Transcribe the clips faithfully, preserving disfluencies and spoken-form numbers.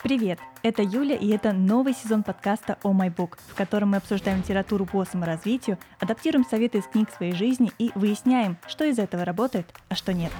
Привет! Это Юля, и это новый сезон подкаста «Oh My Book», в котором мы обсуждаем литературу по саморазвитию, адаптируем советы из книг своей жизни и выясняем, что из этого работает, а что нет.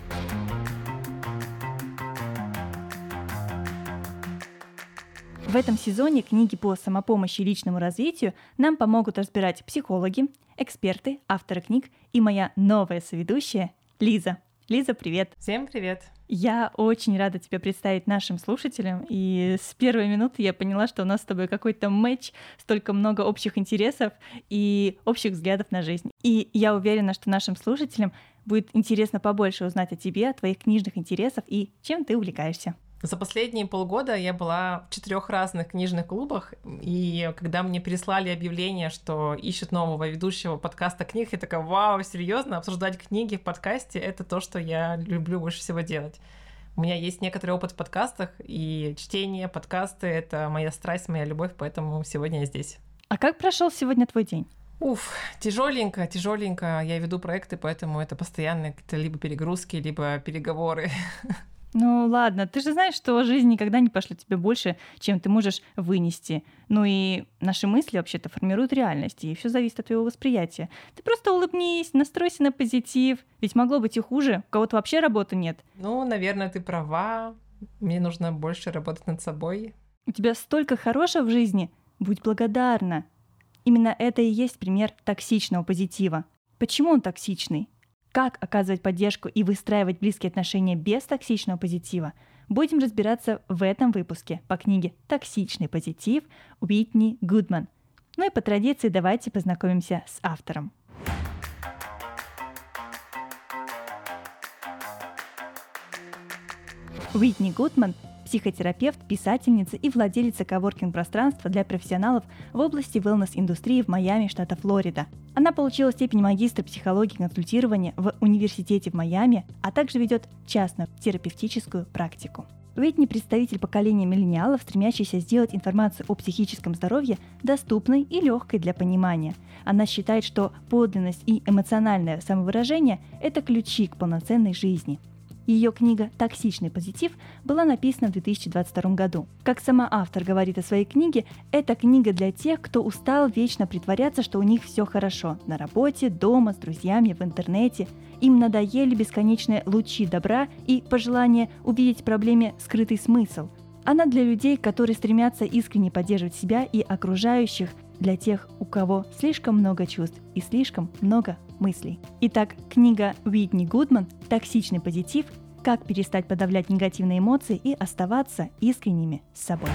В этом сезоне книги по самопомощи и личному развитию нам помогут разбирать психологи, эксперты, авторы книг и моя новая соведущая Лиза. Лиза, привет! Всем привет! Я очень рада тебя представить нашим слушателям, и с первой минуты я поняла, что у нас с тобой какой-то матч, столько много общих интересов и общих взглядов на жизнь. И я уверена, что нашим слушателям будет интересно побольше узнать о тебе, о твоих книжных интересах и чем ты увлекаешься. За последние полгода я была в четырех разных книжных клубах, и когда мне прислали объявление, что ищут нового ведущего подкаста книг, я такая: вау, серьезно, обсуждать книги в подкасте — это то, что я люблю больше всего делать. У меня есть некоторый опыт в подкастах, и чтение, подкасты — это моя страсть, моя любовь, поэтому сегодня я здесь. А как прошел сегодня твой день? Уф, тяжеленько, тяжеленько. Я веду проекты, поэтому это постоянно какие-то либо перегрузки, либо переговоры. Ну ладно, ты же знаешь, что жизнь никогда не пошлет тебе больше, чем ты можешь вынести. Ну и наши мысли вообще-то формируют реальность, и все зависит от твоего восприятия. Ты просто улыбнись, настройся на позитив, ведь могло быть и хуже, у кого-то вообще работы нет. Ну, наверное, ты права. Мне нужно больше работать над собой. У тебя столько хорошего в жизни, будь благодарна. Именно это и есть пример токсичного позитива. Почему он токсичный? Как оказывать поддержку и выстраивать близкие отношения без токсичного позитива, будем разбираться в этом выпуске по книге «Токсичный позитив» Уитни Гудман. Ну и по традиции давайте познакомимся с автором. Уитни Гудман – психотерапевт, писательница и владелица коворкинг-пространства для профессионалов в области wellness-индустрии в Майами, штата Флорида. Она получила степень магистра психологии консультирования в университете в Майами, а также ведет частную терапевтическую практику. Уитни – представитель поколения миллениалов, стремящийся сделать информацию о психическом здоровье доступной и легкой для понимания. Она считает, что подлинность и эмоциональное самовыражение – это ключи к полноценной жизни. Ее книга «Токсичный позитив» была написана в две тысячи двадцать втором году. Как сама автор говорит о своей книге, это книга для тех, кто устал вечно притворяться, что у них все хорошо на работе, дома, с друзьями, в интернете. Им надоели бесконечные лучи добра и пожелание увидеть в проблеме скрытый смысл. Она для людей, которые стремятся искренне поддерживать себя и окружающих, для тех, у кого слишком много чувств и слишком много мыслей. Итак, книга Уитни Гудман «Токсичный позитив. Как перестать подавлять негативные эмоции и оставаться искренними с собой».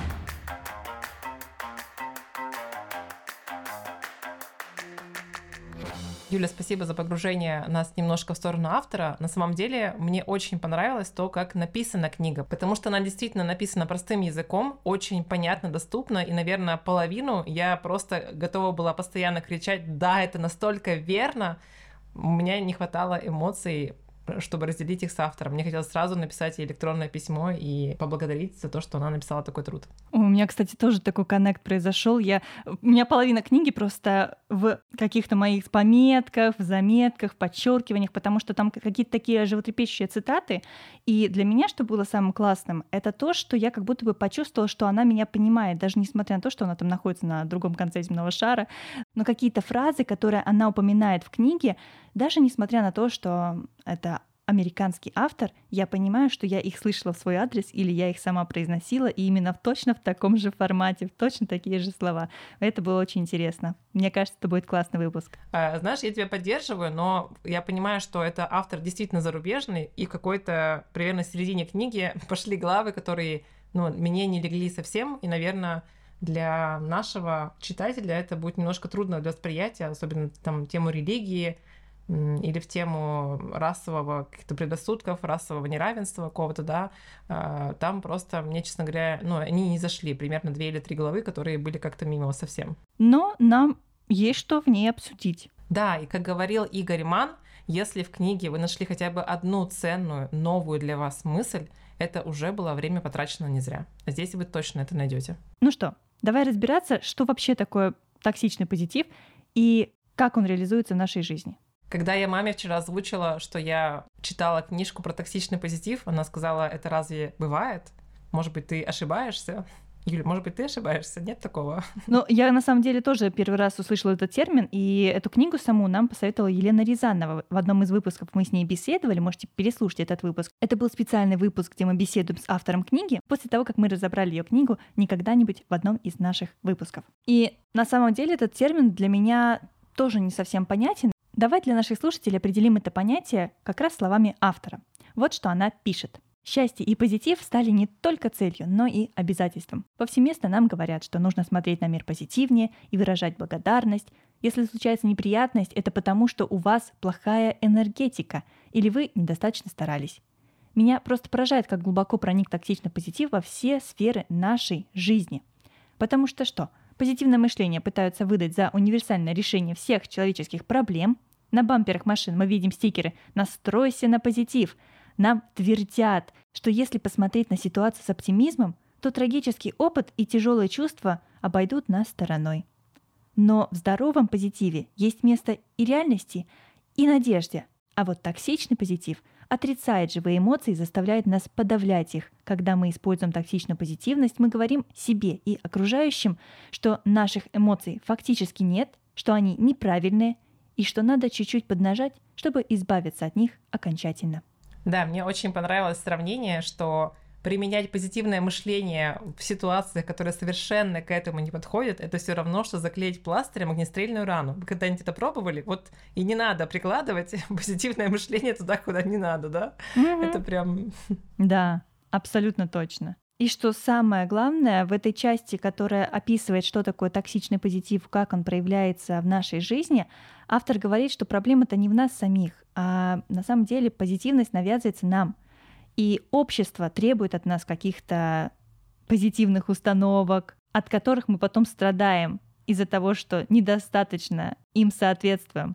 Юля, спасибо за погружение нас немножко в сторону автора. На самом деле, мне очень понравилось то, как написана книга, потому что она действительно написана простым языком, очень понятно, доступно, и, наверное, половину я просто готова была постоянно кричать: да, это настолько верно. У меня не хватало эмоций, чтобы разделить их с автором. Мне хотелось сразу написать ей электронное письмо и поблагодарить за то, что она написала такой труд. У меня, кстати, тоже такой коннект произошел. Я... У меня половина книги просто в каких-то моих пометках, в заметках, в подчеркиваниях, потому что там какие-то такие животрепещущие цитаты. И для меня, что было самым классным, это то, что я как будто бы почувствовала, что она меня понимает, даже несмотря на то, что она там находится на другом конце земного шара. Но какие-то фразы, которые она упоминает в книге, даже несмотря на то, что это американский автор, я понимаю, что я их слышала в свой адрес или я их сама произносила, и именно в, точно в таком же формате, в точно такие же слова. Это было очень интересно. Мне кажется, это будет классный выпуск. А, знаешь, я тебя поддерживаю, но я понимаю, что это автор действительно зарубежный, и в какой-то примерно середине книги пошли главы, которые, ну, мне не легли совсем, и, наверное, для нашего читателя это будет немножко трудно для восприятия, особенно там тему религии, или в тему расового каких-то предрассудков, расового неравенства какого-то, да, там просто, мне, честно говоря, ну, они не зашли, примерно две или три главы, которые были как-то мимо совсем. Но нам есть что в ней обсудить. Да, и как говорил Игорь Манн, если в книге вы нашли хотя бы одну ценную, новую для вас мысль, это уже было время потрачено не зря. А здесь вы точно это найдете. Ну что, давай разбираться, что вообще такое токсичный позитив и как он реализуется в нашей жизни. Когда я маме вчера озвучила, что я читала книжку про токсичный позитив, она сказала: это разве бывает? Может быть, ты ошибаешься? Юля, может быть, ты ошибаешься? Нет такого? Ну, я на самом деле тоже первый раз услышала этот термин, и эту книгу саму нам посоветовала Елена Рязанова. В одном из выпусков мы с ней беседовали, можете переслушать этот выпуск. Это был специальный выпуск, где мы беседуем с автором книги, после того, как мы разобрали ее книгу «Не когда-нибудь» в одном из наших выпусков. И на самом деле этот термин для меня тоже не совсем понятен. Давай для наших слушателей определим это понятие как раз словами автора. Вот что она пишет. Счастье и позитив стали не только целью, но и обязательством. Повсеместно нам говорят, что нужно смотреть на мир позитивнее и выражать благодарность. Если случается неприятность, это потому, что у вас плохая энергетика или вы недостаточно старались. Меня просто поражает, как глубоко проник токсичный позитив во все сферы нашей жизни. Потому что что? Позитивное мышление пытаются выдать за универсальное решение всех человеческих проблем. На бамперах машин мы видим стикеры «Настройся на позитив». Нам твердят, что если посмотреть на ситуацию с оптимизмом, то трагический опыт и тяжелые чувства обойдут нас стороной. Но в здоровом позитиве есть место и реальности, и надежде. А вот токсичный позитив отрицает живые эмоции и заставляет нас подавлять их. Когда мы используем токсичную позитивность, мы говорим себе и окружающим, что наших эмоций фактически нет, что они неправильные и что надо чуть-чуть поднажать, чтобы избавиться от них окончательно. Да, мне очень понравилось сравнение, что применять позитивное мышление в ситуациях, которые совершенно к этому не подходят, это все равно, что заклеить пластырем огнестрельную рану. Вы когда-нибудь это пробовали? Вот и не надо прикладывать позитивное мышление туда, куда не надо, да? Mm-hmm. Это прям... Да, абсолютно точно. И что самое главное, в этой части, которая описывает, что такое токсичный позитив, как он проявляется в нашей жизни, автор говорит, что проблема-то не в нас самих, а на самом деле позитивность навязывается нам. И общество требует от нас каких-то позитивных установок, от которых мы потом страдаем из-за того, что недостаточно им соответствуем.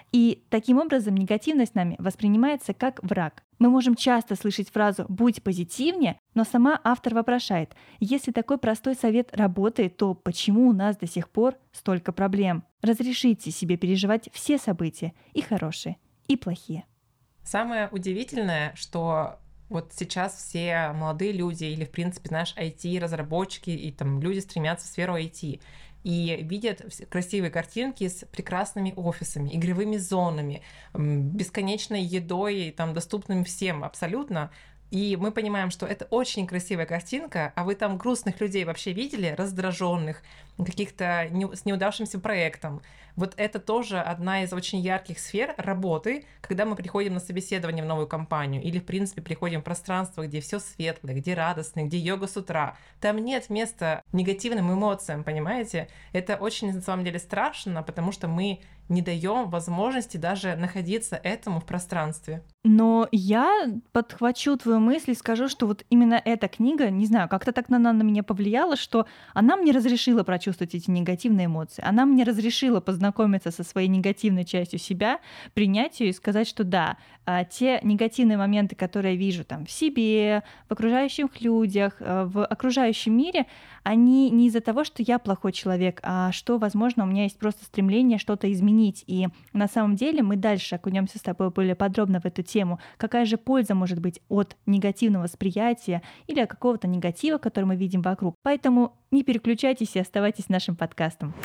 И таким образом негативность нами воспринимается как враг. Мы можем часто слышать фразу «будь позитивнее», но сама автор вопрошает, если такой простой совет работает, то почему у нас до сих пор столько проблем? Разрешите себе переживать все события, и хорошие, и плохие. Самое удивительное, что вот сейчас все молодые люди или, в принципе, знаешь, ай ти-разработчики и там люди стремятся в сферу ай ти и видят красивые картинки с прекрасными офисами, игровыми зонами, бесконечной едой, там, доступными всем абсолютно. И мы понимаем, что это очень красивая картинка, а вы там грустных людей вообще видели, раздраженных, каких-то не, с неудавшимся проектом. Вот это тоже одна из очень ярких сфер работы, когда мы приходим на собеседование в новую компанию или, в принципе, приходим в пространство, где все светлое, где радостно, где йога с утра. Там нет места негативным эмоциям, понимаете? Это очень, на самом деле, страшно, потому что мы не даем возможности даже находиться этому в пространстве. Но я подхвачу твою мысль и скажу, что вот именно эта книга, не знаю, как-то так она на меня повлияла, что она мне разрешила прочувствовать эти негативные эмоции. Она мне разрешила познакомиться со своей негативной частью себя, принять ее и сказать, что да, те негативные моменты, которые я вижу там в себе, в окружающих людях, в окружающем мире, они не из-за того, что я плохой человек, а что, возможно, у меня есть просто стремление что-то изменить. И на самом деле мы дальше окунемся с тобой более подробно в эту тему. Какая же польза может быть от негативного восприятия или от какого-то негатива, который мы видим вокруг. Поэтому не переключайтесь и оставайтесь с нашим подкастом.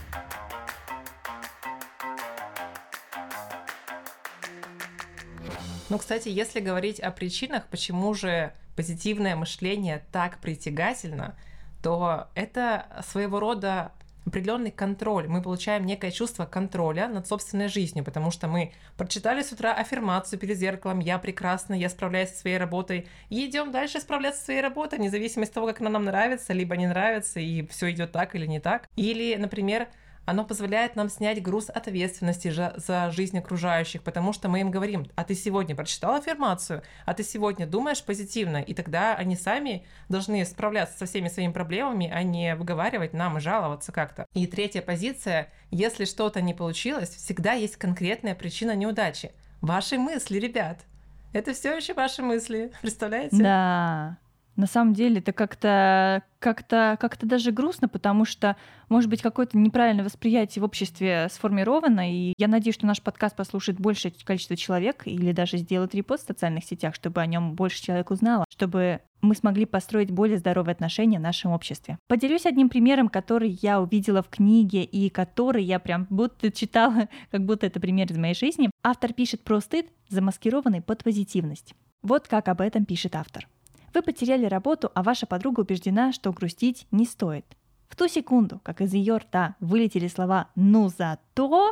Ну, кстати, если говорить о причинах, почему же позитивное мышление так притягательно, то это своего рода определенный контроль. Мы получаем некое чувство контроля над собственной жизнью, потому что мы прочитали с утра аффирмацию перед зеркалом «Я прекрасна, я справляюсь со своей работой», и идем дальше справляться со своей работой, вне зависимости от того, как она нам нравится, либо не нравится, и все идет так или не так. Или, например, оно позволяет нам снять груз ответственности за жизнь окружающих, потому что мы им говорим: а ты сегодня прочитал аффирмацию, а ты сегодня думаешь позитивно, и тогда они сами должны справляться со всеми своими проблемами, а не выговаривать нам и жаловаться как-то. И третья позиция: если что-то не получилось, всегда есть конкретная причина неудачи. Ваши мысли, ребят. Это все еще ваши мысли, представляете? Да. На самом деле это как-то, как-то, как-то даже грустно, потому что, может быть, какое-то неправильное восприятие в обществе сформировано, и я надеюсь, что наш подкаст послушает большее количество человек или даже сделает репост в социальных сетях, чтобы о нем больше человек узнало, чтобы мы смогли построить более здоровые отношения в нашем обществе. Поделюсь одним примером, который я увидела в книге и который я прям будто читала, как будто это пример из моей жизни. Автор пишет про стыд, замаскированный под позитивность. Вот как об этом пишет автор. Вы потеряли работу, а ваша подруга убеждена, что грустить не стоит. В ту секунду, как из ее рта вылетели слова «ну зато»,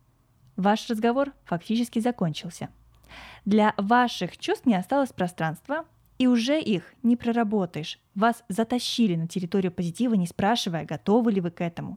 ваш разговор фактически закончился. Для ваших чувств не осталось пространства, и уже их не проработаешь. Вас затащили на территорию позитива, не спрашивая, готовы ли вы к этому.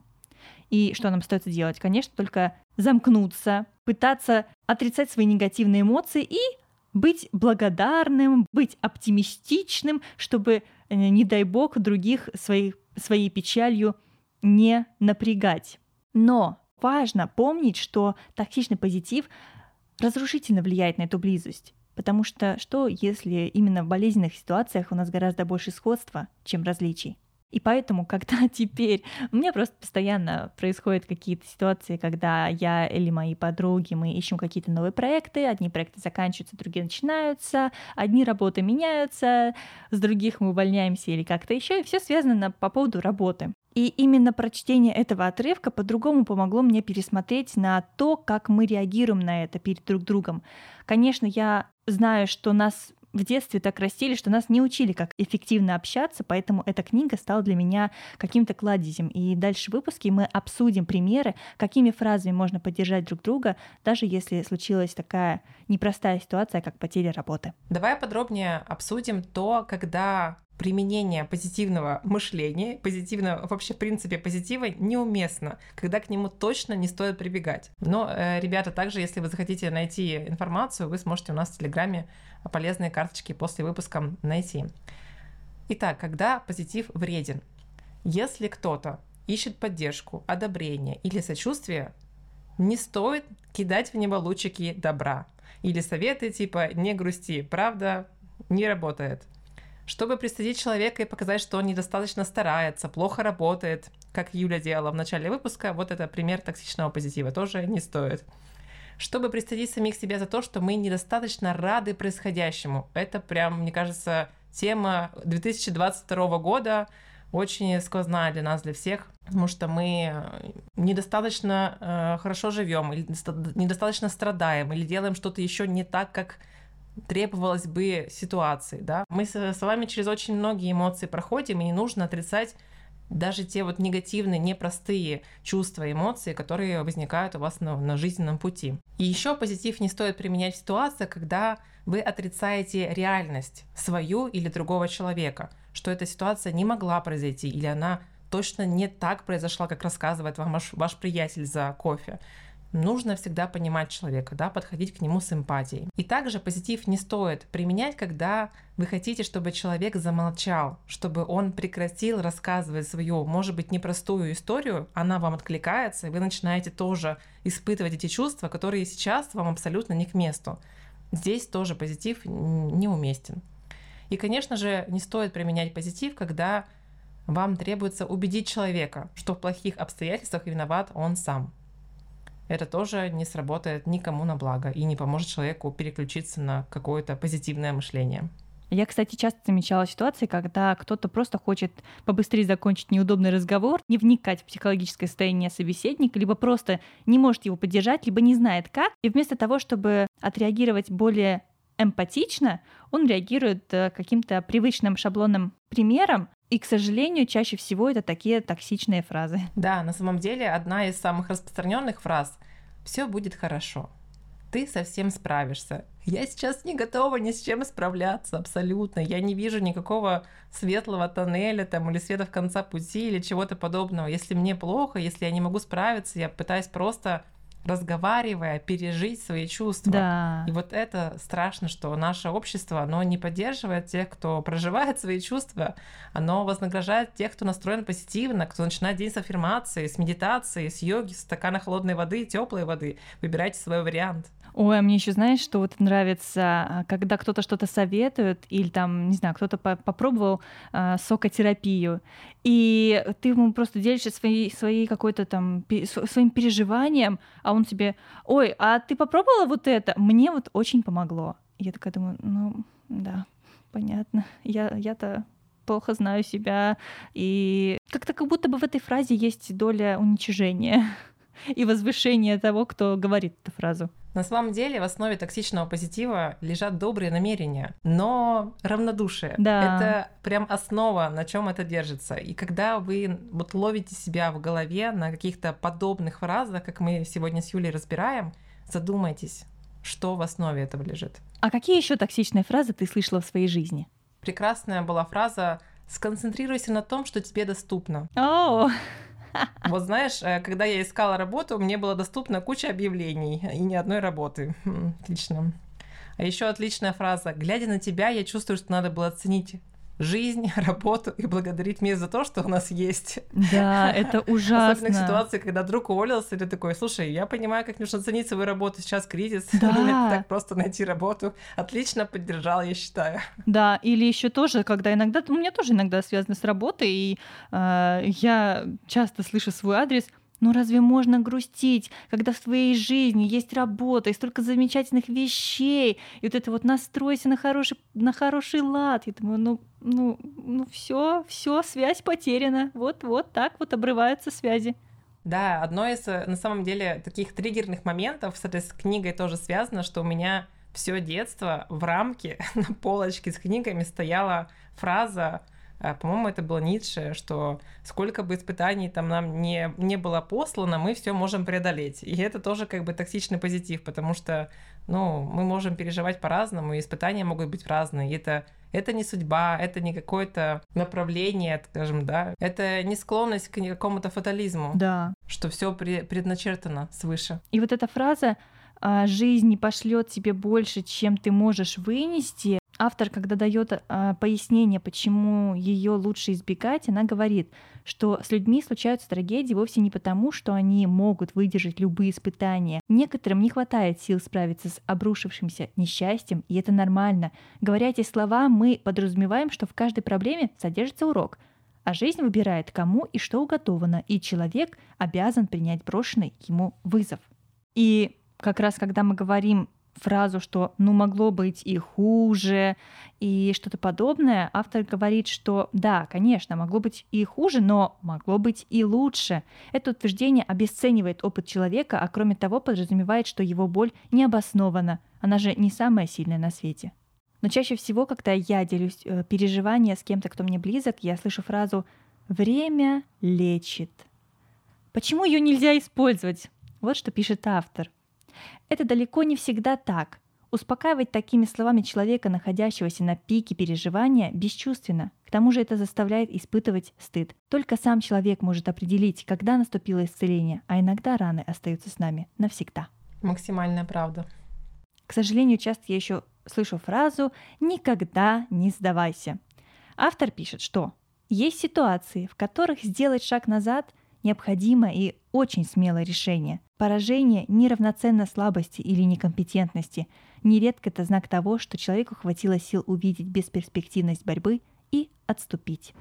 И что нам остается делать? Конечно, только замкнуться, пытаться отрицать свои негативные эмоции и быть благодарным, быть оптимистичным, чтобы, не дай бог, других своей, своей печалью не напрягать. Но важно помнить, что токсичный позитив разрушительно влияет на эту близость. Потому что что, если именно в болезненных ситуациях у нас гораздо больше сходства, чем различий? И поэтому, когда теперь у меня просто постоянно происходят какие-то ситуации, когда я или мои подруги, мы ищем какие-то новые проекты, одни проекты заканчиваются, другие начинаются, одни работы меняются, с других мы увольняемся или как-то еще, и все связано по поводу работы. И именно прочтение этого отрывка по-другому помогло мне пересмотреть на то, как мы реагируем на это перед друг другом. Конечно, я знаю, что нас в детстве так растили, что нас не учили, как эффективно общаться, поэтому эта книга стала для меня каким-то кладезем. И дальше в выпуске мы обсудим примеры, какими фразами можно поддержать друг друга, даже если случилась такая непростая ситуация, как потеря работы. Давай подробнее обсудим то, когда применение позитивного мышления, позитивного, вообще в принципе позитива неуместно, когда к нему точно не стоит прибегать. Но, э, ребята, также, если вы захотите найти информацию, вы сможете у нас в Телеграме полезные карточки после выпуска найти. Итак, когда позитив вреден? Если кто-то ищет поддержку, одобрение или сочувствие, не стоит кидать в него лучики добра или советы типа «не грусти», правда, не работает. Чтобы пристыдить человека и показать, что он недостаточно старается, плохо работает, как Юля делала в начале выпуска, вот это пример токсичного позитива, тоже не стоит. Чтобы пристыдить самих себя за то, что мы недостаточно рады происходящему. Это прям, мне кажется, тема две тысячи двадцать второго года, очень сквозная для нас, для всех, потому что мы недостаточно э, хорошо живем, или недостаточно страдаем, или делаем что-то еще не так, как требовалось бы ситуации, да. Мы с вами через очень многие эмоции проходим, и не нужно отрицать даже те вот негативные, непростые чувства, эмоции, которые возникают у вас на, на жизненном пути. И еще позитив не стоит применять в ситуациях, когда вы отрицаете реальность свою или другого человека, что эта ситуация не могла произойти, или она точно не так произошла, как рассказывает вам ваш, ваш приятель за кофе. Нужно всегда понимать человека, да, подходить к нему с эмпатией. И также позитив не стоит применять, когда вы хотите, чтобы человек замолчал, чтобы он прекратил рассказывать свою, может быть, непростую историю, она вам откликается, и вы начинаете тоже испытывать эти чувства, которые сейчас вам абсолютно не к месту. Здесь тоже позитив неуместен. И, конечно же, не стоит применять позитив, когда вам требуется убедить человека, что в плохих обстоятельствах виноват он сам. Это тоже не сработает никому на благо и не поможет человеку переключиться на какое-то позитивное мышление. Я, кстати, часто замечала ситуации, когда кто-то просто хочет побыстрее закончить неудобный разговор, не вникать в психологическое состояние собеседника, либо просто не может его поддержать, либо не знает как. И вместо того, чтобы отреагировать более эмпатично, он реагирует каким-то привычным шаблонным примером. И, к сожалению, чаще всего это такие токсичные фразы. Да, на самом деле одна из самых распространенных фраз «все будет хорошо», «ты совсем справишься», «я сейчас не готова ни с чем справляться абсолютно», «я не вижу никакого светлого тоннеля там, или света в конце пути» или чего-то подобного. Если мне плохо, если я не могу справиться, я пытаюсь просто, разговаривая, пережить свои чувства. Да. И вот это страшно, что наше общество, оно не поддерживает тех, кто проживает свои чувства, оно вознаграждает тех, кто настроен позитивно, кто начинает день с аффирмации, с медитации, с йоги, с стакана холодной воды, теплой воды. Выбирайте свой вариант. Ой, а мне еще знаешь, что вот нравится, когда кто-то что-то советует, или там, не знаю, кто-то по- попробовал а, сокотерапию, и ты ему просто делишься своей, своей какой-то там пе- сво- своим переживанием, а он тебе, ой, а ты попробовала вот это? Мне вот очень помогло. Я такая думаю, ну да, понятно. Я, я-то плохо знаю себя, и как-то как будто бы в этой фразе есть доля уничижения и возвышения того, кто говорит эту фразу. На самом деле в основе токсичного позитива лежат добрые намерения, но равнодушие. Да. Это прям основа, на чем это держится. И когда вы вот ловите себя в голове на каких-то подобных фразах, как мы сегодня с Юлей разбираем, задумайтесь, что в основе этого лежит. А какие еще токсичные фразы ты слышала в своей жизни? Прекрасная была фраза «сконцентрируйся на том, что тебе доступно». О, Вот знаешь, когда я искала работу, мне было доступно куча объявлений и ни одной работы. М, Отлично. А еще отличная фраза «глядя на тебя, я чувствую, что надо было оценить жизнь, работу и благодарить мир за то, что у нас есть». да, это ужасно. Особенно в ситуации, когда друг уволился, и ты такой, слушай, я понимаю, как нужно ценить свою работу, сейчас кризис, Да. не так просто найти работу. Отлично поддержал, я считаю. Да, или еще тоже, когда иногда, у меня тоже иногда связано с работой, и э, я часто слышу свой адрес. Ну разве можно грустить, когда в твоей жизни есть работа и столько замечательных вещей, и вот это вот настройся на хороший, на хороший лад. Я думаю, ну, ну, ну все, все, связь потеряна. Вот, вот так вот обрываются связи. Да, одно из, э, на самом деле, таких триггерных моментов с этой с книгой тоже связано, что у меня все детство в рамке на полочке с книгами стояла фраза, э, по-моему, это было Ницше, что сколько бы испытаний там нам не, не было послано, мы все можем преодолеть. И это тоже как бы токсичный позитив, потому что, ну, мы можем переживать по-разному, и испытания могут быть разные. И это Это не судьба, это не какое-то направление, скажем, да. Это не склонность к какому-то фатализму, Да. что все предначертано свыше. И вот эта фраза а, «жизнь не пошлет тебе больше, чем ты можешь вынести», автор, когда дает а, пояснение, почему ее лучше избегать, она говорит, что с людьми случаются трагедии вовсе не потому, что они могут выдержать любые испытания. Некоторым не хватает сил справиться с обрушившимся несчастьем, и это нормально. Говоря эти слова, мы подразумеваем, что в каждой проблеме содержится урок, а жизнь выбирает, кому и что уготовано, и человек обязан принять брошенный ему вызов. И как раз когда мы говорим фразу, что ну могло быть и хуже, и что-то подобное, автор говорит, что да, конечно, могло быть и хуже, но могло быть и лучше. Это утверждение обесценивает опыт человека, а кроме того подразумевает, что его боль не обоснована, она же не самая сильная на свете. Но чаще всего, когда я делюсь э, переживания с кем-то, кто мне близок, я слышу фразу «время лечит». Почему ее нельзя использовать? Вот что пишет автор. Это далеко не всегда так. Успокаивать такими словами человека, находящегося на пике переживания, бесчувственно. К тому же это заставляет испытывать стыд. Только сам человек может определить, когда наступило исцеление, а иногда раны остаются с нами навсегда. Максимальная правда. К сожалению, часто я еще слышу фразу «никогда не сдавайся». Автор пишет, что есть ситуации, в которых сделать шаг назад необходимо и очень смелое решение. Поражение неравноценно слабости или некомпетентности. Нередко это знак того, что человеку хватило сил увидеть бесперспективность борьбы и отступить.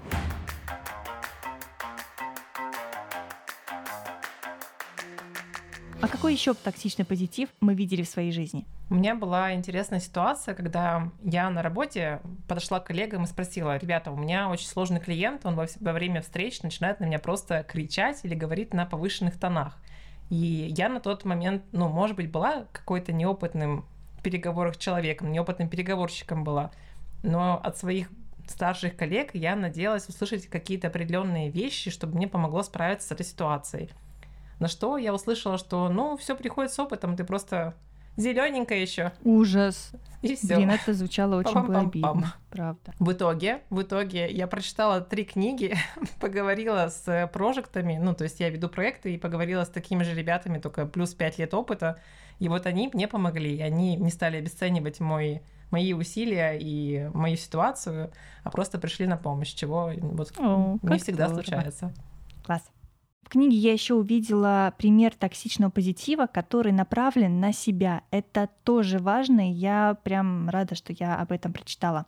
А какой еще токсичный позитив мы видели в своей жизни? У меня была интересная ситуация, когда я на работе подошла к коллегам и спросила: ребята, у меня очень сложный клиент, он во, во время встреч начинает на меня просто кричать или говорит на повышенных тонах. И я на тот момент, ну, может быть, была какой-то неопытным в переговорах человеком, неопытным переговорщиком была, но от своих старших коллег я надеялась услышать какие-то определенные вещи, чтобы мне помогло справиться с этой ситуацией. На что я услышала, что, ну, все приходит с опытом, ты просто зелененькая еще. Ужас. И все. Блин, это звучало очень бы обидно, правда. В итоге, в итоге я прочитала три книги, поговорила с прожектами, ну, то есть я веду проекты и поговорила с такими же ребятами, только плюс пять лет опыта, и вот они мне помогли, они не стали обесценивать мой, мои усилия и мою ситуацию, а просто пришли на помощь, чего вот О, не как всегда здорово. случается. Класс. В книге я еще увидела пример токсичного позитива, который направлен на себя. Это тоже важно, и я прям рада, что я об этом прочитала.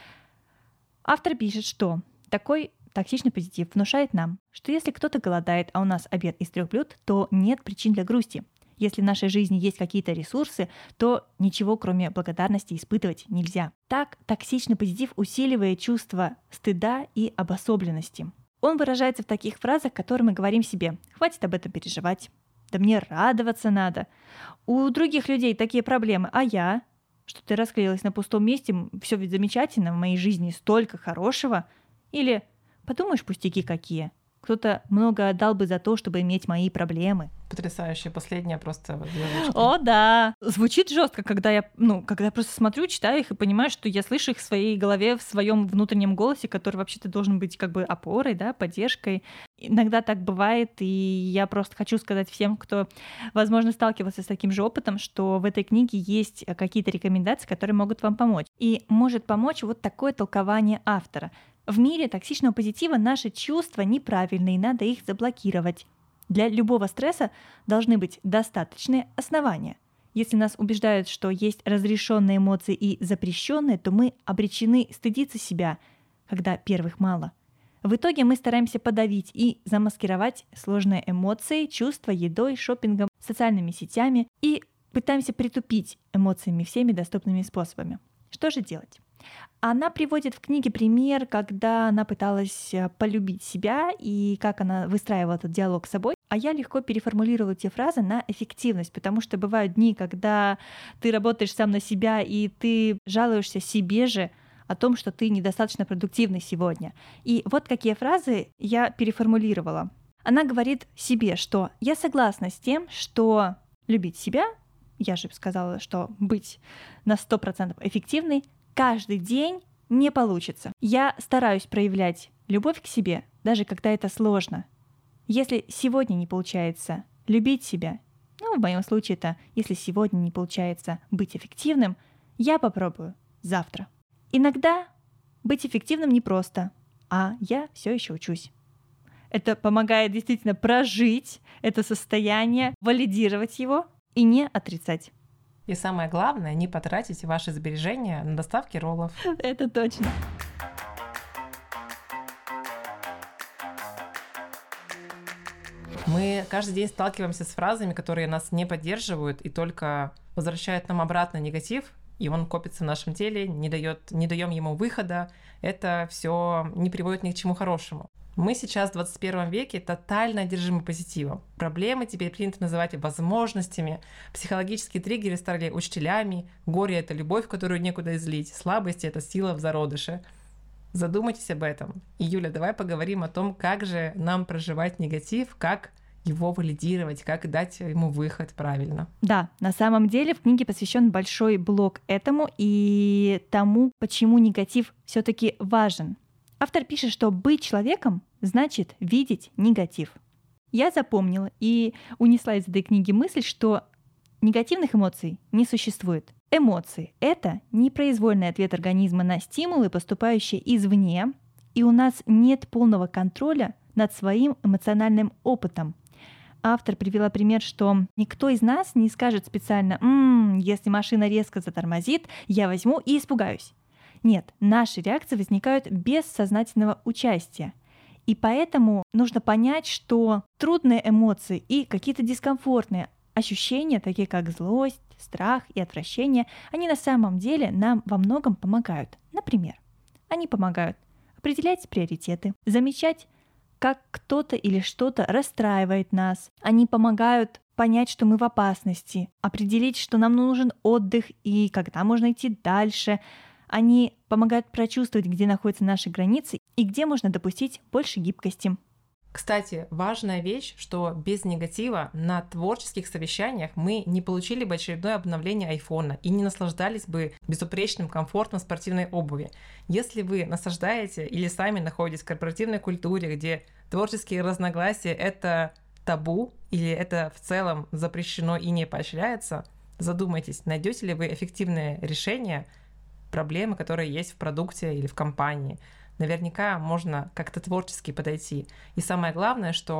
Автор пишет, что такой токсичный позитив внушает нам, что если кто-то голодает, а у нас обед из трех блюд, то нет причин для грусти. Если в нашей жизни есть какие-то ресурсы, то ничего, кроме благодарности, испытывать нельзя. Так, токсичный позитив усиливает чувство стыда и обособленности. Он выражается в таких фразах, которые мы говорим себе: «Хватит об этом переживать», «Да мне радоваться надо», «У других людей такие проблемы, а я?» «Что ты расклеилась на пустом месте, все ведь замечательно, в моей жизни столько хорошего», или «Подумаешь, пустяки какие, кто-то много отдал бы за то, чтобы иметь мои проблемы». Потрясающе, последняя просто. О, да. Звучит жестко, когда я, ну, когда я просто смотрю, читаю их и понимаю, что я слышу их в своей голове, в своем внутреннем голосе, который вообще-то должен быть как бы опорой, да, поддержкой. Иногда так бывает, и я просто хочу сказать всем, кто, возможно, сталкивался с таким же опытом, что в этой книге есть какие-то рекомендации, которые могут вам помочь. И может помочь вот такое толкование автора. В мире токсичного позитива наши чувства неправильные, надо их заблокировать. Для любого стресса должны быть достаточные основания. Если нас убеждают, что есть разрешенные эмоции и запрещенные, то мы обречены стыдиться себя, когда первых мало. В итоге мы стараемся подавить и замаскировать сложные эмоции, чувства едой, шопингом, социальными сетями и пытаемся притупить эмоциями всеми доступными способами. Что же делать? Она приводит в книге пример, когда она пыталась полюбить себя и как она выстраивала этот диалог с собой. А я легко переформулировала те фразы на эффективность, потому что бывают дни, когда ты работаешь сам на себя, и ты жалуешься себе же о том, что ты недостаточно продуктивный сегодня. И вот какие фразы я переформулировала. Она говорит себе, что я согласна с тем, что любить себя, я же сказала, что быть на сто процентов эффективной, каждый день не получится. Я стараюсь проявлять любовь к себе, даже когда это сложно. Если сегодня не получается любить себя, ну, в моем случае это, если сегодня не получается быть эффективным, я попробую завтра. Иногда быть эффективным непросто, а я все еще учусь. Это помогает действительно прожить это состояние, валидировать его и не отрицать. И самое главное, не потратить ваши сбережения на доставки роллов. Это точно. Мы каждый день сталкиваемся с фразами, которые нас не поддерживают и только возвращают нам обратно негатив, и он копится в нашем теле, не дает, не даем ему выхода. Это все не приводит ни к чему хорошему. Мы сейчас в двадцать первом веке тотально одержимы позитивом. Проблемы теперь принято называть возможностями, психологические триггеры стали учителями, горе — это любовь, которую некуда излить, слабость — это сила в зародыше. Задумайтесь об этом. И, Юля, давай поговорим о том, как же нам проживать негатив, как его валидировать, как дать ему выход правильно. Да, на самом деле в книге посвящен большой блок этому и тому, почему негатив все-таки важен. Автор пишет, что быть человеком значит видеть негатив. Я запомнила и унесла из этой книги мысль, что негативных эмоций не существует. Эмоции — это непроизвольный ответ организма на стимулы, поступающие извне, и у нас нет полного контроля над своим эмоциональным опытом. Автор привела пример, что никто из нас не скажет специально: «М-м, если машина резко затормозит, я возьму и испугаюсь». Нет, наши реакции возникают без сознательного участия. И поэтому нужно понять, что трудные эмоции и какие-то дискомфортные ощущения, такие как злость, страх и отвращение, они на самом деле нам во многом помогают. Например, они помогают определять приоритеты, замечать, как кто-то или что-то расстраивает нас. Они помогают понять, что мы в опасности, определить, что нам нужен отдых и когда можно идти дальше. Они помогают прочувствовать, где находятся наши границы и где можно допустить больше гибкости. Кстати, важная вещь, что без негатива на творческих совещаниях мы не получили бы очередное обновление айфона и не наслаждались бы безупречным комфортом спортивной обуви. Если вы насаждаете или сами находитесь в корпоративной культуре, где творческие разногласия — это табу или это в целом запрещено и не поощряется, задумайтесь, найдете ли вы эффективное решение проблемы, которые есть в продукте или в компании. Наверняка можно как-то творчески подойти. И самое главное, что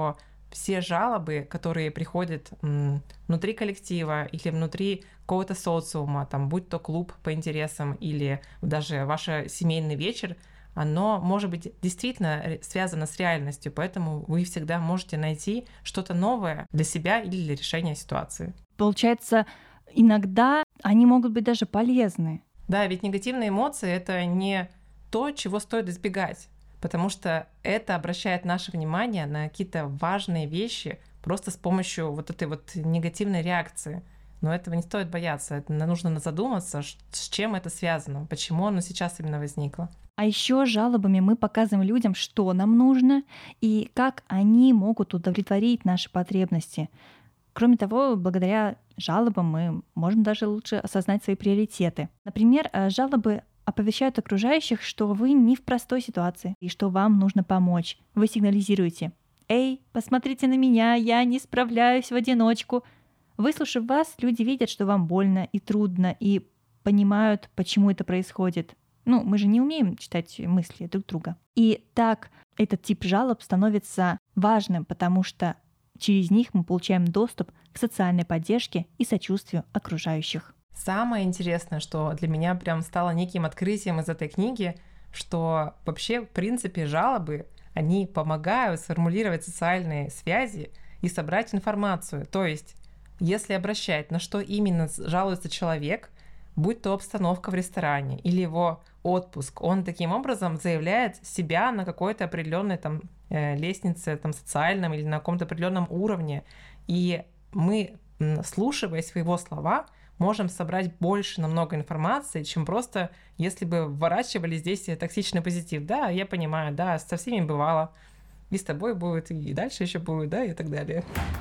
все жалобы, которые приходят м, внутри коллектива или внутри какого-то социума, там, будь то клуб по интересам или даже ваш семейный вечер, оно может быть действительно связано с реальностью, поэтому вы всегда можете найти что-то новое для себя или для решения ситуации. Получается, иногда они могут быть даже полезны. Да, ведь негативные эмоции — это не то, чего стоит избегать, потому что это обращает наше внимание на какие-то важные вещи просто с помощью вот этой вот негативной реакции. Но этого не стоит бояться, это нужно задуматься, с чем это связано, почему оно сейчас именно возникло. А еще жалобами мы показываем людям, что нам нужно и как они могут удовлетворить наши потребности. Кроме того, благодаря жалобам мы можем даже лучше осознать свои приоритеты. Например, жалобы оповещают окружающих, что вы не в простой ситуации и что вам нужно помочь. Вы сигнализируете: «Эй, посмотрите на меня, я не справляюсь в одиночку». Выслушав вас, люди видят, что вам больно и трудно, и понимают, почему это происходит. Ну, мы же не умеем читать мысли друг друга. И так этот тип жалоб становится важным, потому что через них мы получаем доступ к социальной поддержке и сочувствию окружающих. Самое интересное, что для меня прям стало неким открытием из этой книги, что вообще, в принципе, жалобы, они помогают сформулировать социальные связи и собрать информацию. То есть, если обращать, на что именно жалуется человек, будь то обстановка в ресторане или его отпуск, он таким образом заявляет себя на какой-то определенной там лестнице, там, социальном или на каком-то определенном уровне. И мы, слушая его слова, можем собрать больше намного информации, чем просто если бы вворачивали здесь токсичный позитив. Да, я понимаю, да, со всеми бывало. И с тобой будет, и дальше еще будет, да, и так далее.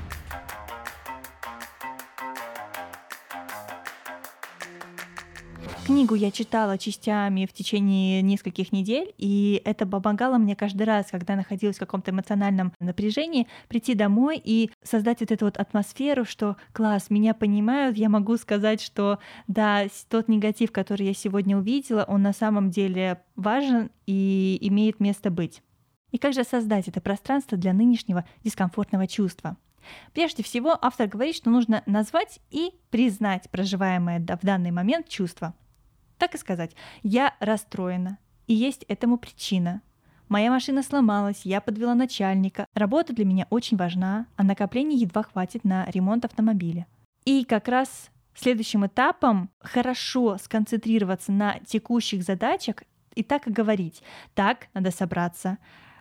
Книгу я читала частями в течение нескольких недель, и это помогало мне каждый раз, когда находилась в каком-то эмоциональном напряжении, прийти домой и создать вот эту вот атмосферу, что класс, меня понимают, я могу сказать, что да, тот негатив, который я сегодня увидела, он на самом деле важен и имеет место быть. И как же создать это пространство для нынешнего дискомфортного чувства? Прежде всего, автор говорит, что нужно назвать и признать проживаемое в данный момент чувство. Так и сказать: «Я расстроена, и есть этому причина. Моя машина сломалась, я подвела начальника, работа для меня очень важна, а накоплений едва хватит на ремонт автомобиля». И как раз следующим этапом хорошо сконцентрироваться на текущих задачах и так и говорить: «Так, надо собраться,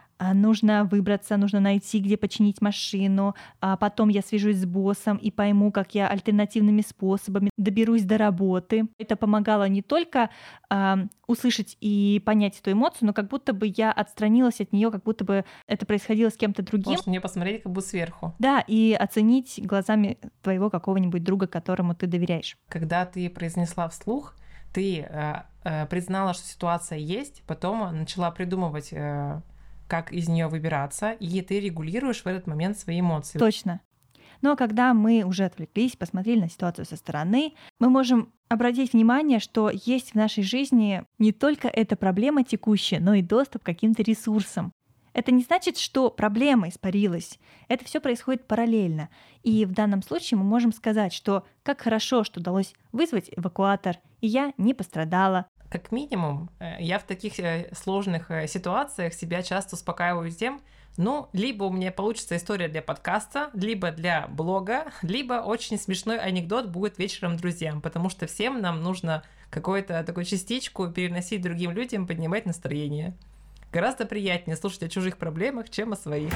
нужно выбраться, нужно найти, где починить машину, а потом я свяжусь с боссом и пойму, как я альтернативными способами доберусь до работы». Это помогало не только э, услышать и понять эту эмоцию, но как будто бы я отстранилась от нее, как будто бы это происходило с кем-то другим. Можно мне посмотреть как бы сверху. Да, и оценить глазами твоего какого-нибудь друга, которому ты доверяешь. Когда ты произнесла вслух, ты э, э, признала, что ситуация есть, потом начала придумывать, э, как из нее выбираться, и ты регулируешь в этот момент свои эмоции. Точно. Но когда мы уже отвлеклись, посмотрели на ситуацию со стороны, мы можем обратить внимание, что есть в нашей жизни не только эта проблема текущая, но и доступ к каким-то ресурсам. Это не значит, что проблема испарилась. Это все происходит параллельно. И в данном случае мы можем сказать, что как хорошо, что удалось вызвать эвакуатор, и я не пострадала. Как минимум, я в таких сложных ситуациях себя часто успокаиваю тем, ну, либо у меня получится история для подкаста, либо для блога, либо очень смешной анекдот будет вечером друзьям, потому что всем нам нужно какую-то такую частичку переносить другим людям, поднимать настроение. Гораздо приятнее слушать о чужих проблемах, чем о своих.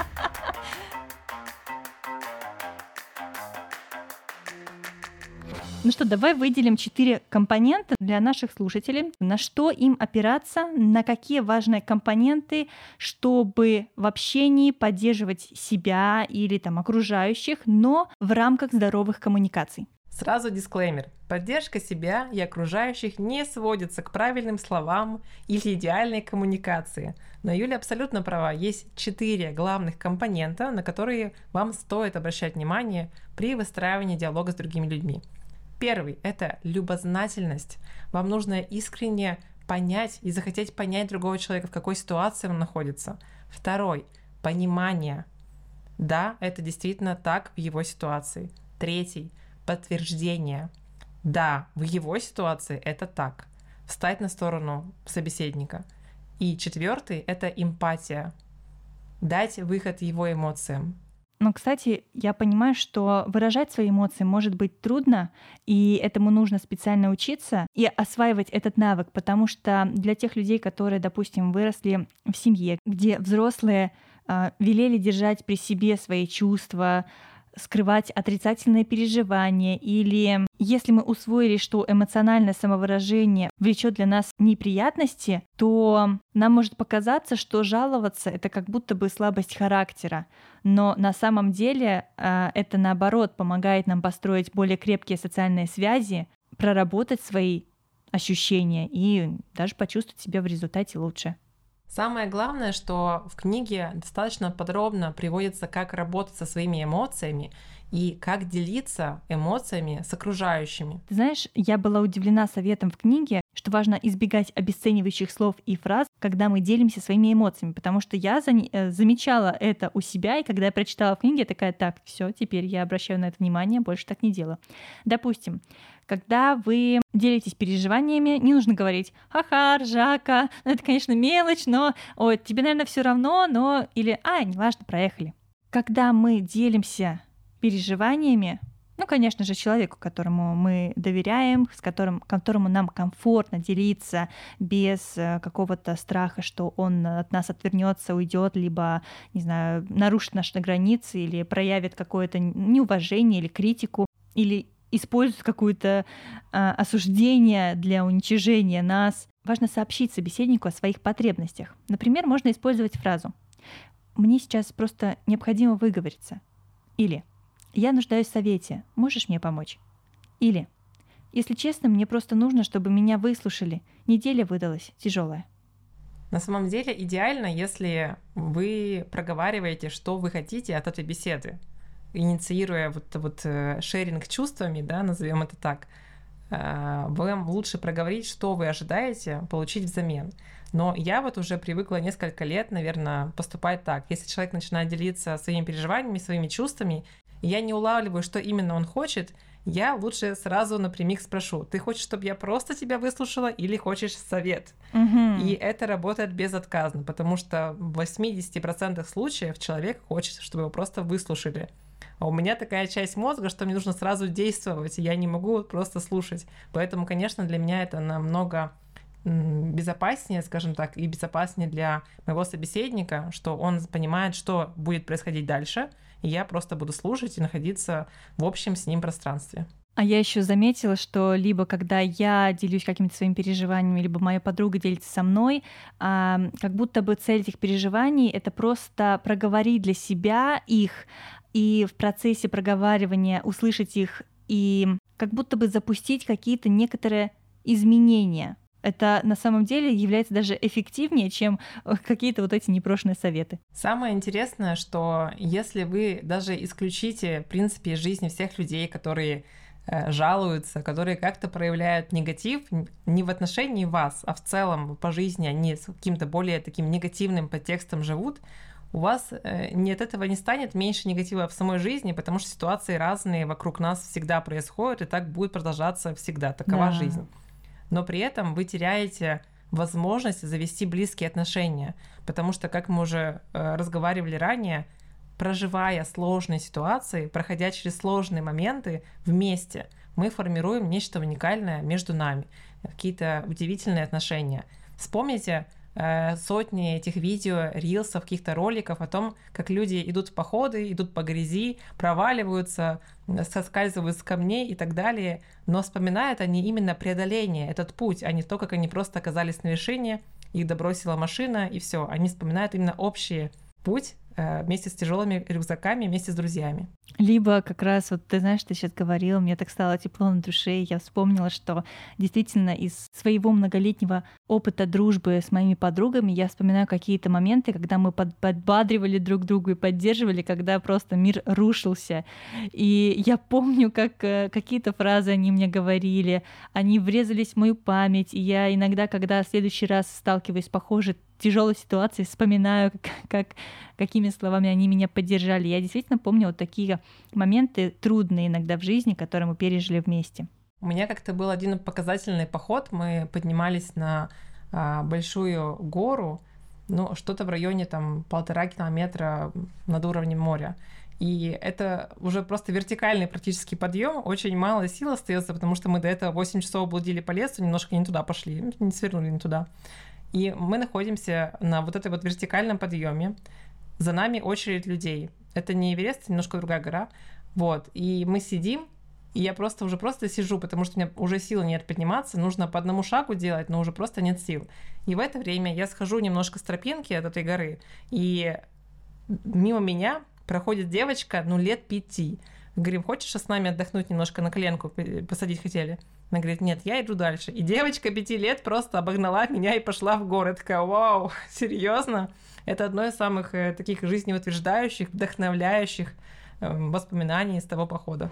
Ну что, давай выделим четыре компонента для наших слушателей. На что им опираться, на какие важные компоненты, чтобы в общении поддерживать себя или там окружающих, но в рамках здоровых коммуникаций. Сразу дисклеймер. Поддержка себя и окружающих не сводится к правильным словам или идеальной коммуникации. Но Юля абсолютно права. Есть четыре главных компонента, на которые вам стоит обращать внимание при выстраивании диалога с другими людьми. Первый – это любознательность. Вам нужно искренне понять и захотеть понять другого человека, в какой ситуации он находится. Второй – понимание. Да, это действительно так в его ситуации. Третий — подтверждение. Да, в его ситуации это так. Встать на сторону собеседника. И четвертый — это эмпатия. Дать выход его эмоциям. Но, кстати, я понимаю, что выражать свои эмоции может быть трудно, и этому нужно специально учиться и осваивать этот навык, потому что для тех людей, которые, допустим, выросли в семье, где взрослые э, велели держать при себе свои чувства, скрывать отрицательные переживания, или если мы усвоили, что эмоциональное самовыражение влечет для нас неприятности, то нам может показаться, что жаловаться — это как будто бы слабость характера. Но на самом деле это, наоборот, помогает нам построить более крепкие социальные связи, проработать свои ощущения и даже почувствовать себя в результате лучше. Самое главное, что в книге достаточно подробно приводится, как работать со своими эмоциями и как делиться эмоциями с окружающими. Ты знаешь, я была удивлена советом в книге, что важно избегать обесценивающих слов и фраз, когда мы делимся своими эмоциями, потому что я за... замечала это у себя, и когда я прочитала в книге, я такая: так, все, теперь я обращаю на это внимание, больше так не делаю. Допустим, когда вы делитесь переживаниями, не нужно говорить: ха-ха, ржака, ну это, конечно, мелочь, но ой, тебе, наверное, все равно, но или а, неважно, проехали. Когда мы делимся переживаниями, ну, конечно же, человеку, которому мы доверяем, с которым, которому нам комфортно делиться без какого-то страха, что он от нас отвернется, уйдет, либо, не знаю, нарушит наши границы или проявит какое-то неуважение или критику, или используют какое-то а, осуждение для уничижения нас. Важно сообщить собеседнику о своих потребностях. Например, можно использовать фразу: «Мне сейчас просто необходимо выговориться». Или «Я нуждаюсь в совете. Можешь мне помочь?» Или «Если честно, мне просто нужно, чтобы меня выслушали. Неделя выдалась тяжелая». На самом деле идеально, если вы проговариваете, что вы хотите от этой беседы, инициируя вот, вот шеринг чувствами, да, назовем это так, вам лучше проговорить, что вы ожидаете получить взамен. Но я вот уже привыкла несколько лет, наверное, поступать так. Если человек начинает делиться своими переживаниями, своими чувствами, и я не улавливаю, что именно он хочет, я лучше сразу напрямик спрошу: ты хочешь, чтобы я просто тебя выслушала, или хочешь совет? Угу. И это работает безотказно, потому что в восемьдесят процентов случаев человек хочет, чтобы его просто выслушали. А у меня такая часть мозга, что мне нужно сразу действовать, и я не могу просто слушать. Поэтому, конечно, для меня это намного безопаснее, скажем так, и безопаснее для моего собеседника, что он понимает, что будет происходить дальше, и я просто буду слушать и находиться в общем с ним пространстве. А я еще заметила, что либо когда я делюсь какими-то своими переживаниями, либо моя подруга делится со мной, а, как будто бы цель этих переживаний — это просто проговорить для себя их, и в процессе проговаривания услышать их, и как будто бы запустить какие-то некоторые изменения. Это на самом деле является даже эффективнее, чем какие-то вот эти непрошенные советы. Самое интересное, что если вы даже исключите, в принципе, из жизни всех людей, которые э, жалуются, которые как-то проявляют негатив не в отношении вас, а в целом по жизни они с каким-то более таким негативным подтекстом живут, у вас э, не от этого не станет меньше негатива в самой жизни, потому что ситуации разные вокруг нас всегда происходят, и так будет продолжаться всегда. Такова Да. жизнь. Но при этом вы теряете возможность завести близкие отношения, потому что, как мы уже э, разговаривали ранее, проживая сложные ситуации, проходя через сложные моменты вместе, мы формируем нечто уникальное между нами, какие-то удивительные отношения. Вспомните э, сотни этих видео, рилсов, каких-то роликов о том, как люди идут в походы, идут по грязи, проваливаются, соскальзывают с камней и так далее, но вспоминают они именно преодоление, этот путь, а не то, как они просто оказались на вершине, их добросила машина, и все. Они вспоминают именно общий путь э, вместе с тяжелыми рюкзаками, вместе с друзьями. Либо как раз, вот ты знаешь, ты сейчас говорила, мне так стало тепло на душе, и я вспомнила, что действительно из своего многолетнего опыта дружбы с моими подругами я вспоминаю какие-то моменты, когда мы под- подбадривали друг друга и поддерживали, когда просто мир рушился. И я помню, как э, какие-то фразы они мне говорили, они врезались в мою память, и я иногда, когда в следующий раз сталкиваюсь с похожей тяжелой ситуацией, вспоминаю, как, как, какими какими словами они меня поддержали. Я действительно помню вот такие моменты трудные иногда в жизни, которые мы пережили вместе. У меня как-то был один показательный поход. Мы поднимались на а, большую гору, ну, что-то в районе там полтора километра над уровнем моря. И это уже просто вертикальный практически подъем, очень мало сил остается, потому что мы до этого восемь часов блудили по лесу, немножко не туда пошли, не свернули не туда. И мы находимся на вот этой вот вертикальном подъеме. За нами очередь людей. Это не Эверест, это немножко другая гора. Вот. И мы сидим, и я просто уже просто сижу, потому что у меня уже сил нет подниматься, нужно по одному шагу делать, но уже просто нет сил. И в это время я схожу немножко с тропинки от этой горы, и мимо меня проходит девочка, ну, лет пяти. Говорим, хочешь с нами отдохнуть немножко, на коленку посадить хотели? Она говорит, нет, я иду дальше. И девочка пяти лет просто обогнала меня и пошла в город. Такая, вау, серьезно? Это одно из самых э, таких жизнеутверждающих, вдохновляющих э, воспоминаний из того похода.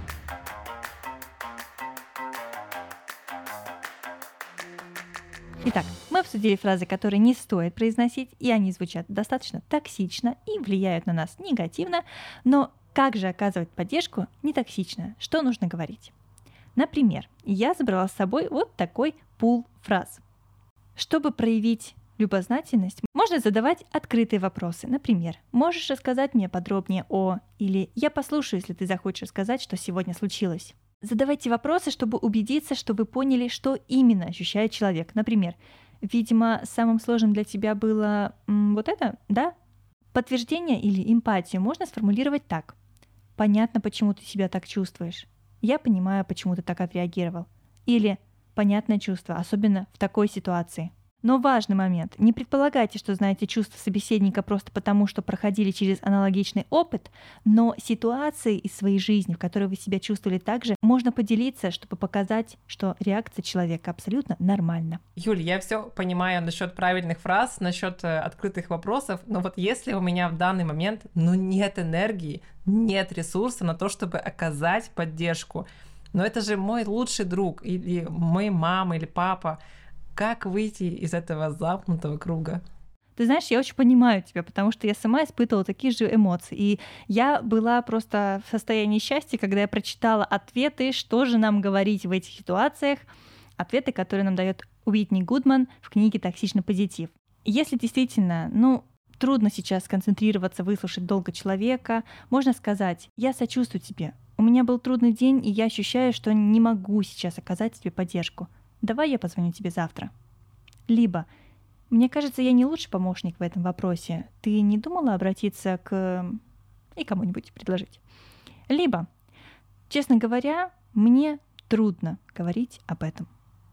Итак, мы обсудили фразы, которые не стоит произносить, и они звучат достаточно токсично и влияют на нас негативно, но как же оказывать поддержку не токсично? Что нужно говорить? Например, я забрала с собой вот такой пул фраз. Чтобы проявить любознательность, можно задавать открытые вопросы. Например, можешь рассказать мне подробнее о... Или я послушаю, если ты захочешь рассказать, что сегодня случилось. Задавайте вопросы, чтобы убедиться, что вы поняли, что именно ощущает человек. Например, видимо, самым сложным для тебя было м, вот это, да? Подтверждение или эмпатию можно сформулировать так. Понятно, почему ты себя так чувствуешь. Я понимаю, почему ты так отреагировал. Или понятное чувство, особенно в такой ситуации. Но важный момент. Не предполагайте, что знаете чувства собеседника просто потому, что проходили через аналогичный опыт, но ситуации из своей жизни, в которой вы себя чувствовали так же, можно поделиться, чтобы показать, что реакция человека абсолютно нормальна. Юль, я все понимаю насчет правильных фраз, насчет открытых вопросов, но вот если у меня в данный момент ну, нет энергии, нет ресурса на то, чтобы оказать поддержку, но это же мой лучший друг, или моя мама, или папа, как выйти из этого замкнутого круга? Ты знаешь, я очень понимаю тебя, потому что я сама испытывала такие же эмоции. И я была просто в состоянии счастья, когда я прочитала ответы, что же нам говорить в этих ситуациях. Ответы, которые нам дает Уитни Гудман в книге «Токсичный позитив». Если действительно, ну, трудно сейчас сконцентрироваться, выслушать долго человека, можно сказать: «Я сочувствую тебе. У меня был трудный день, и я ощущаю, что не могу сейчас оказать тебе поддержку. Давай я позвоню тебе завтра». Либо: «Мне кажется, я не лучший помощник в этом вопросе. Ты не думала обратиться к...» и кому-нибудь предложить. Либо: «Честно говоря, мне трудно говорить об этом».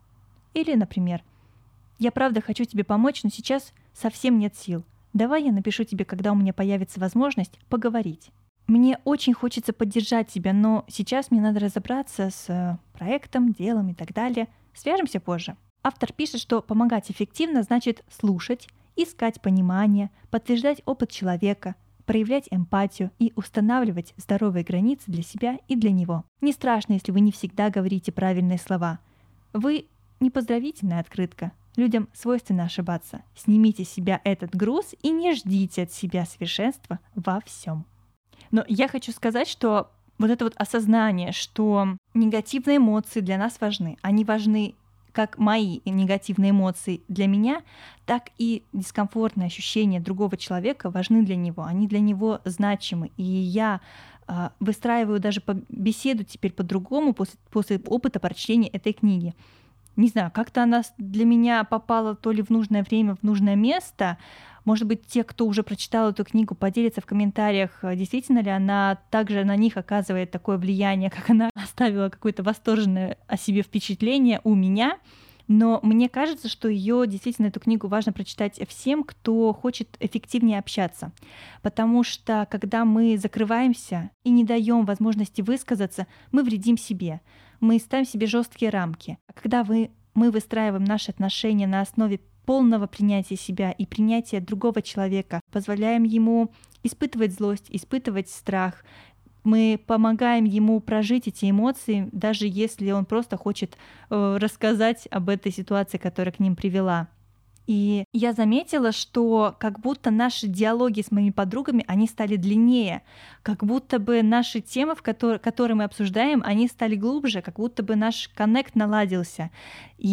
Или, например: «Я правда хочу тебе помочь, но сейчас совсем нет сил. Давай я напишу тебе, когда у меня появится возможность поговорить. Мне очень хочется поддержать тебя, но сейчас мне надо разобраться с проектом, делом и так далее. Свяжемся позже». Автор пишет, что помогать эффективно значит слушать, искать понимание, подтверждать опыт человека, проявлять эмпатию и устанавливать здоровые границы для себя и для него. Не страшно, если вы не всегда говорите правильные слова. Вы не поздравительная открытка. Людям свойственно ошибаться. Снимите с себя этот груз и не ждите от себя совершенства во всем. Но я хочу сказать, что вот это вот осознание, что негативные эмоции для нас важны. Они важны как мои негативные эмоции для меня, так и дискомфортные ощущения другого человека важны для него. Они для него значимы. И я э, выстраиваю даже по беседу теперь по-другому после, после опыта прочтения этой книги. Не знаю, как-то она для меня попала то ли в нужное время, в нужное место. Может быть, те, кто уже прочитал эту книгу, поделятся в комментариях, действительно ли она также на них оказывает такое влияние, как она оставила какое-то восторженное о себе впечатление у меня. Но мне кажется, что ее действительно, эту книгу важно прочитать всем, кто хочет эффективнее общаться. Потому что когда мы закрываемся и не даем возможности высказаться, мы вредим себе. Мы ставим себе жесткие рамки. А когда вы, мы выстраиваем наши отношения на основе полного принятия себя и принятия другого человека, позволяем ему испытывать злость, испытывать страх, мы помогаем ему прожить эти эмоции, даже если он просто хочет э, рассказать об этой ситуации, которая к ним привела. И я заметила, что как будто наши диалоги с моими подругами, они стали длиннее, как будто бы наши темы, в которые, которые мы обсуждаем, они стали глубже, как будто бы наш коннект наладился. И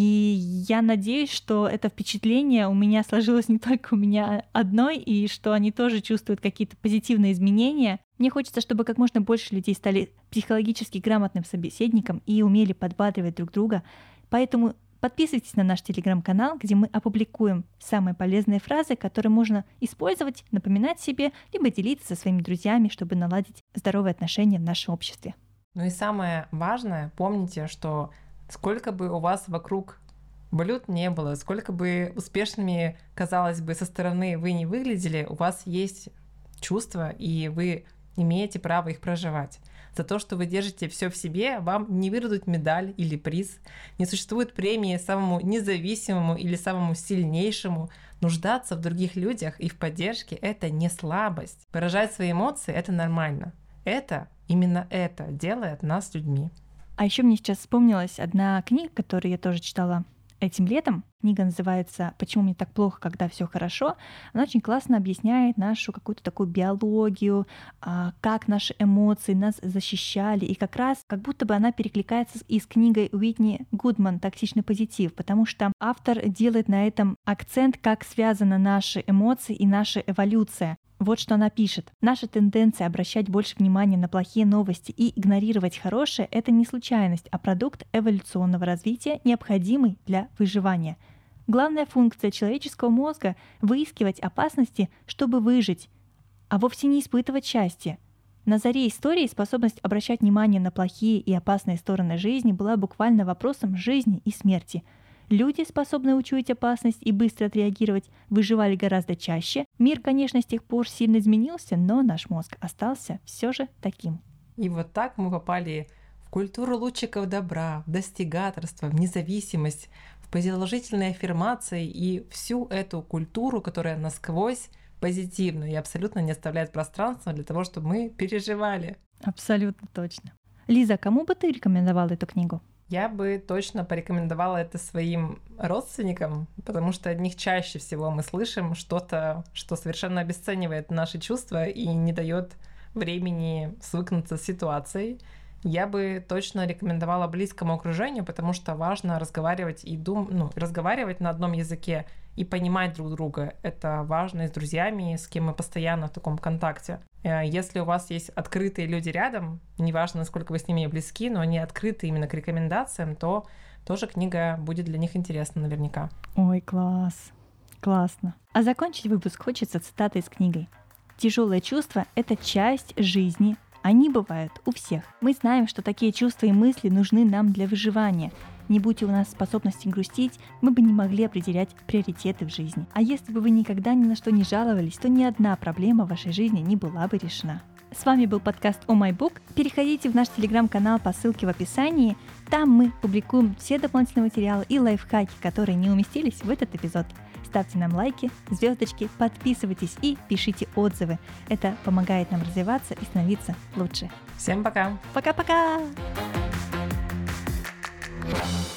я надеюсь, что это впечатление у меня сложилось не только у меня одной, и что они тоже чувствуют какие-то позитивные изменения. Мне хочется, чтобы как можно больше людей стали психологически грамотным собеседником и умели подбадривать друг друга. Поэтому подписывайтесь на наш телеграм-канал, где мы опубликуем самые полезные фразы, которые можно использовать, напоминать себе, либо делиться со своими друзьями, чтобы наладить здоровые отношения в нашем обществе. Ну и самое важное, помните, что сколько бы у вас вокруг блюд не было, сколько бы успешными, казалось бы, со стороны вы не выглядели, у вас есть чувства, и вы имеете право их проживать. За то, что вы держите все в себе, вам не выдадут медаль или приз. Не существует премии самому независимому или самому сильнейшему. Нуждаться в других людях и в поддержке — это не слабость. Выражать свои эмоции — это нормально. Это, именно это делает нас людьми. А еще мне сейчас вспомнилась одна книга, которую я тоже читала этим летом. Книга называется «Почему мне так плохо, когда все хорошо?». Она очень классно объясняет нашу какую-то такую биологию, как наши эмоции нас защищали. И как раз как будто бы она перекликается и с книгой Уитни Гудман «Токсичный позитив», потому что автор делает на этом акцент, как связаны наши эмоции и наша эволюция. Вот что она пишет. Наша тенденция обращать больше внимания на плохие новости и игнорировать хорошее — это не случайность, а продукт эволюционного развития, необходимый для выживания. Главная функция человеческого мозга — выискивать опасности, чтобы выжить, а вовсе не испытывать счастье. На заре истории способность обращать внимание на плохие и опасные стороны жизни была буквально вопросом жизни и смерти. Люди, способные учуять опасность и быстро отреагировать, выживали гораздо чаще. Мир, конечно, с тех пор сильно изменился, но наш мозг остался все же таким. И вот так мы попали в культуру лучиков добра, в достигаторство, в независимость, в положительные аффирмации и всю эту культуру, которая насквозь позитивна и абсолютно не оставляет пространства для того, чтобы мы переживали. Абсолютно точно. Лиза, кому бы ты рекомендовала эту книгу? Я бы точно порекомендовала это своим родственникам, потому что от них чаще всего мы слышим что-то, что совершенно обесценивает наши чувства и не дает времени свыкнуться с ситуацией. Я бы точно рекомендовала близкому окружению, потому что важно разговаривать и дум... ну, разговаривать на одном языке и понимать друг друга. Это важно и с друзьями, с кем мы постоянно в таком контакте. Если у вас есть открытые люди рядом, неважно, насколько вы с ними близки, но они открыты именно к рекомендациям, то тоже книга будет для них интересна наверняка. Ой, класс, классно. А закончить выпуск хочется цитатой из книги. «Тяжелые чувства — это часть жизни. Они бывают у всех. Мы знаем, что такие чувства и мысли нужны нам для выживания. Не будь у нас способности грустить, мы бы не могли определять приоритеты в жизни. А если бы вы никогда ни на что не жаловались, то ни одна проблема в вашей жизни не была бы решена». С вами был подкаст «О май бук». Переходите в наш телеграм-канал по ссылке в описании. Там мы публикуем все дополнительные материалы и лайфхаки, которые не уместились в этот эпизод. Ставьте нам лайки, звездочки, подписывайтесь и пишите отзывы. Это помогает нам развиваться и становиться лучше. Всем пока! Пока-пока! Yeah.